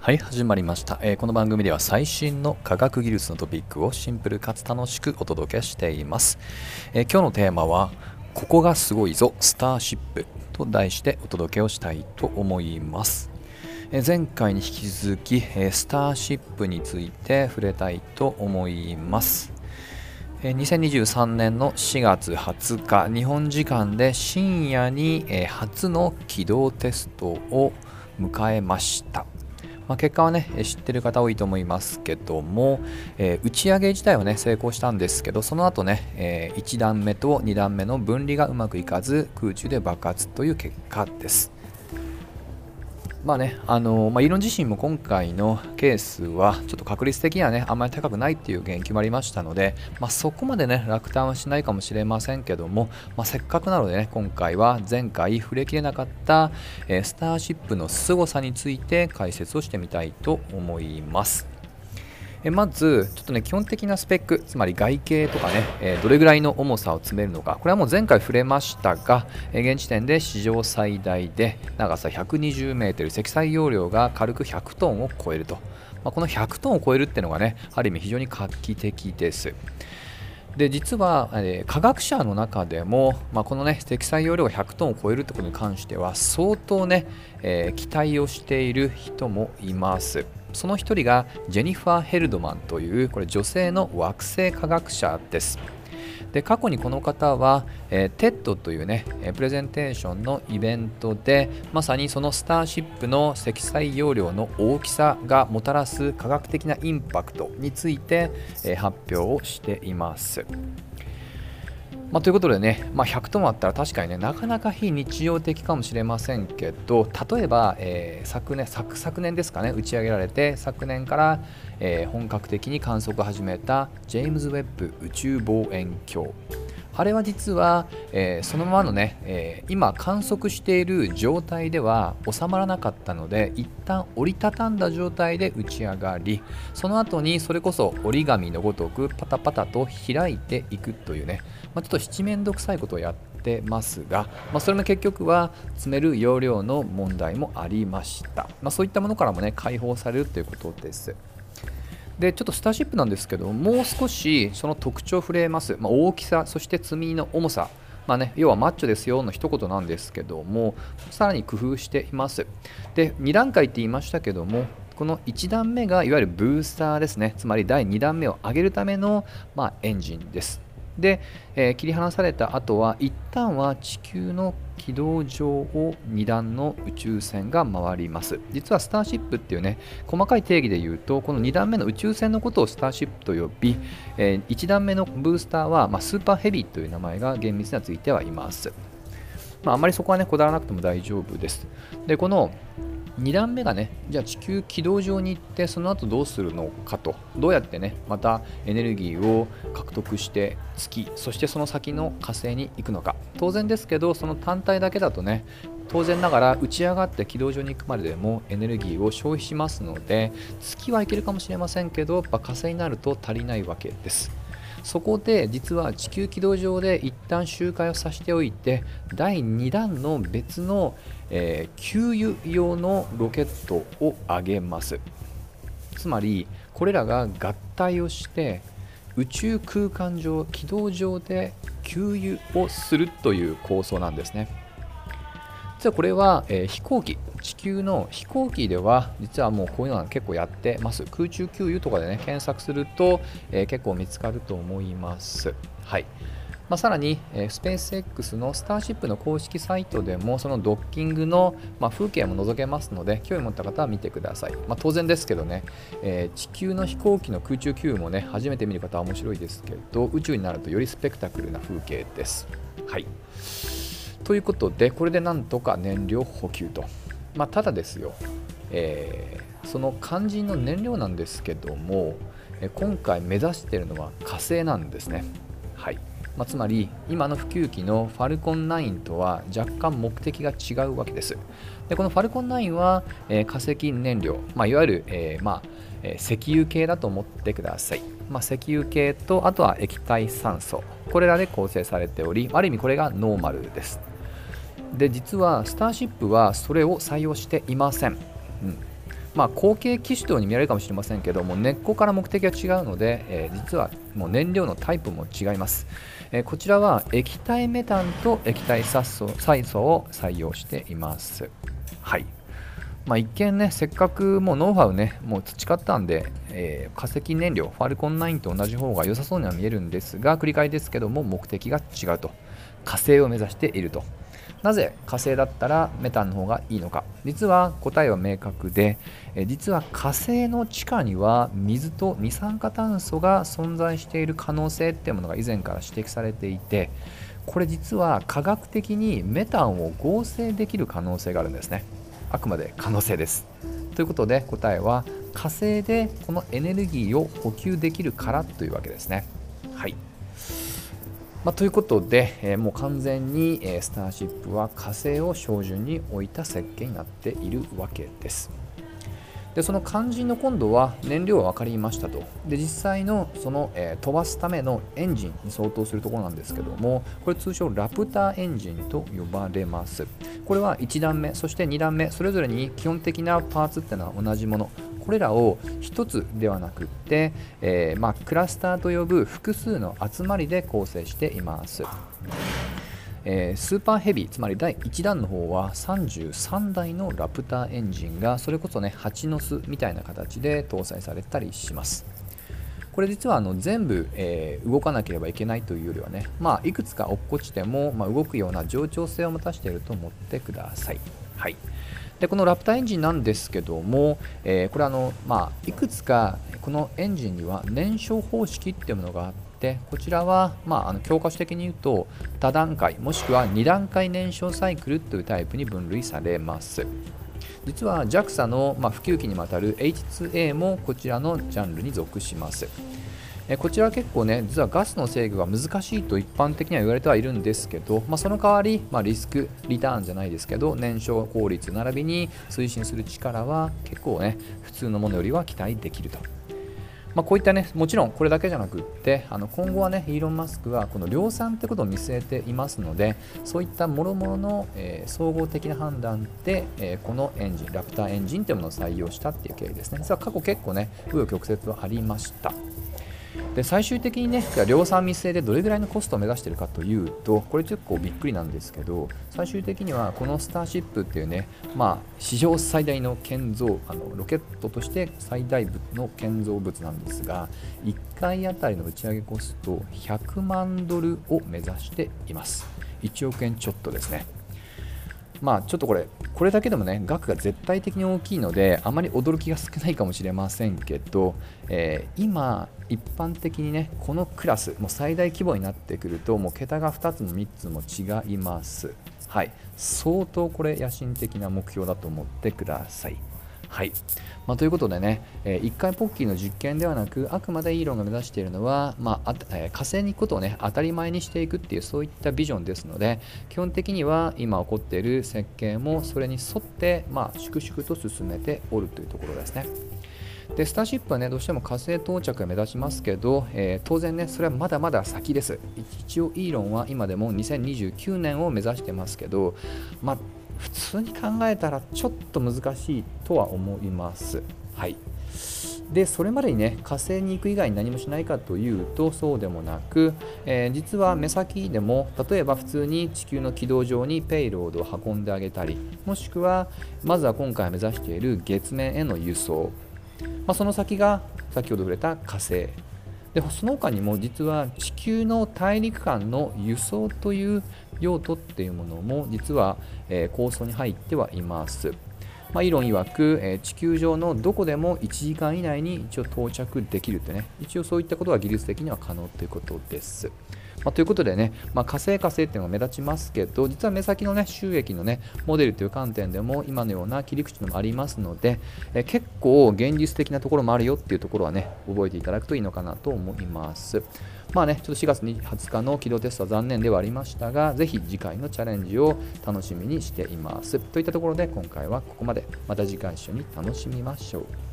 はい、始まりました。この番組では最新の科学技術のトピックをシンプルかつ楽しくお届けしています。今日のテーマは、ここがすごいぞ、スターシップと題してお届けをしたいと思います。前回に引き続き、スターシップについて触れたいと思います。2023年の4月20日、日本時間で深夜に初の起動テストを迎えました。結果はね、知ってる方多いと思いますけども、打ち上げ自体はね、成功したんですけど、その後ね、1段目と2段目の分離がうまくいかず、空中で爆発という結果です。イーロン自身も今回のケースはちょっと確率的にはねあんまり高くないっていう言及もありましたので、そこまでね落胆はしないかもしれませんけども、せっかくなのでね今回は前回触れきれなかった、スターシップの凄さについて解説をしてみたいと思います。まずちょっとね基本的なスペック、つまり外形とかね、どれぐらいの重さを積めるのか、これはもう前回触れましたが、現時点で史上最大で長さ120メートル、積載容量が軽く100トンを超えると、この100トンを超えるっていうのがねある意味非常に画期的です。で実は、科学者の中でも、このね積載容量が100トンを超えるってことに関しては相当ね、期待をしている人もいます。その一人がジェニファー・ヘルドマンというこれ女性の惑星科学者です。で過去にこの方は、TED というねプレゼンテーションのイベントでまさにそのスターシップの積載容量の大きさがもたらす科学的なインパクトについて、発表をしています。ということでね、100トンあったら確かにねなかなか非日常的かもしれませんけど、例えば、昨年ですかね打ち上げられて昨年から、本格的に観測を始めたジェームズ・ウェッブ宇宙望遠鏡、あれは実は、そのままのね、今観測している状態では収まらなかったので一旦折りたたんだ状態で打ち上がり、その後にそれこそ折り紙のごとくパタパタと開いていくというね、ちょっと七面倒くさいことをやってますが、それも結局は積める容量の問題もありました。そういったものからもね解放されるということです。でちょっとスターシップなんですけど、もう少しその特徴を触れます。大きさ、そして積み荷の重さ、要はマッチョですよの一言なんですけども、さらに工夫しています。で2段階って言いましたけども、この1段目がいわゆるブースターですね、つまり第2段目を上げるための、エンジンです。で、切り離された後は一旦は地球の軌道上を2段の宇宙船が回ります。実はスターシップっていうね細かい定義で言うと、この2段目の宇宙船のことをスターシップと呼び、1段目のブースターは、スーパーヘビーという名前が厳密にはついてはいます。あまりそこはねこだわらなくても大丈夫です。でこの2段目がね、じゃあ地球軌道上に行ってその後どうするのかと、どうやってねまたエネルギーを獲得して月、そしてその先の火星に行くのか。当然ですけどその単体だけだとね当然ながら打ち上がって軌道上に行くまででもエネルギーを消費しますので、月はいけるかもしれませんけど火星になると足りないわけです。そこで実は地球軌道上で一旦周回をさせておいて、第2弾の別の、給油用のロケットを上げます。つまりこれらが合体をして宇宙空間上、軌道上で給油をするという構想なんですね。実はこれは、飛行機、地球の飛行機では実はもうこういうのは結構やってます。空中給油とかでね検索すると、結構見つかると思います。はい。さらに、スペース X のスターシップの公式サイトでもそのドッキングの、風景も覗けますので、興味持った方は見てください。当然ですけどね、地球の飛行機の空中給油もね初めて見る方は面白いですけど、宇宙になるとよりスペクタクルな風景です。はい。ということでこれでなんとか燃料補給と、ただですよ、その肝心の燃料なんですけども、今回目指しているのは火星なんですね。はい。つまり今の普及機のファルコン9とは若干目的が違うわけです。でこのファルコン9は、化石燃料、いわゆる、石油系だと思ってください。石油系とあとは液体酸素、これらで構成されており、ある意味これがノーマルです。で実はスターシップはそれを採用していません。 後継機種とに見られるかもしれませんけども、根っこから目的が違うので、実はもう燃料のタイプも違います。こちらは液体メタンと液体酸素を採用しています。はい。一見ね、せっかくもうノウハウね、もう培ったんで、化石燃料、ファルコン9と同じ方が良さそうには見えるんですが、繰り返しですけども、目的が違うと。火星を目指していると。なぜ火星だったらメタンの方がいいのか。実は答えは明確で、実は火星の地下には水と二酸化炭素が存在している可能性っていうものが以前から指摘されていて、これ実は科学的にメタンを合成できる可能性があるんですね。あくまで可能性です。ということで答えは火星でこのエネルギーを補給できるからというわけですね。はい。ということで、もう完全に、スターシップは火星を照準に置いた設計になっているわけです。でその肝心の今度は燃料は分かりましたと。で実際のその、飛ばすためのエンジンに相当するところなんですけども、これ通称ラプターエンジンと呼ばれます。これは1段目そして2段目それぞれに基本的なパーツっていうのは同じもの、これらを1つではなくって、クラスターと呼ぶ複数の集まりで構成しています。スーパーヘビー、つまり第1弾の方は33台のラプターエンジンがそれこそね蜂の巣みたいな形で搭載されたりします。これ実は全部、動かなければいけないというよりはね、いくつか落っこちても、動くような冗長性を持たせていると思ってください。はい。でこのラプターエンジンなんですけども、これいくつかこのエンジンには燃焼方式っていうものがあって、こちらは、教科書的に言うと多段階もしくは2段階燃焼サイクルというタイプに分類されます。実は JAXA の、普及機にもあたる H2A もこちらのジャンルに属します。こちらは結構ね、実はガスの制御が難しいと一般的には言われてはいるんですけど、その代わり、リスクリターンじゃないですけど、燃焼効率並びに推進する力は結構ね、普通のものよりは期待できると。こういったね、もちろんこれだけじゃなくって今後はねイーロン・マスクはこの量産ってことを見据えていますので、そういったもろもろの、総合的な判断で、このエンジンラプターエンジンというものを採用したっていう経緯ですね。実は過去結構ね紆余曲折はありました。で最終的にね量産見据えでどれぐらいのコストを目指しているかというと、これ結構びっくりなんですけど、最終的にはこのスターシップっていうね、史上最大の建造ロケットとして最大部の建造物なんですが、1回あたりの打ち上げコスト100万ドルを目指しています。1億円ちょっとですね。ちょっとこれだけでもね額が絶対的に大きいのであまり驚きが少ないかもしれませんけど、今一般的にねこのクラスもう最大規模になってくるともう桁が2つも3つも違います。はい、相当これ野心的な目標だと思ってください。はい。ということでね、1回ポッキーの実験ではなく、あくまでイーロンが目指しているのは、火星に行くことをね、当たり前にしていくっていう、そういったビジョンですので、基本的には今起こっている設計もそれに沿って、粛々と進めておるというところですね。でスターシップはねどうしても火星到着を目指しますけど、当然ねそれはまだまだ先です。一応イーロンは今でも2029年を目指してますけど、普通に考えたらちょっと難しいとは思います。はい。でそれまでにね火星に行く以外に何もしないかというとそうでもなく、実は目先でも例えば普通に地球の軌道上にペイロードを運んであげたり、もしくはまずは今回目指している月面への輸送、その先が先ほど触れた火星で、その他にも実は地球の大陸間の輸送という用途っていうものも実は、構想に入ってはいます。イーロン曰く、地球上のどこでも1時間以内に一応到着できるってね、一応そういったことは技術的には可能ということです。ということでね、火星っていうのが目立ちますけど、実は目先のね収益のねモデルという観点でも今のような切り口もありますので、結構現実的なところもあるよっていうところはね覚えていただくといいのかなと思います。ちょっと4月20日の軌道テストは残念ではありましたが、ぜひ次回のチャレンジを楽しみにしています。といったところで今回はここまで。また次回一緒に楽しみましょう。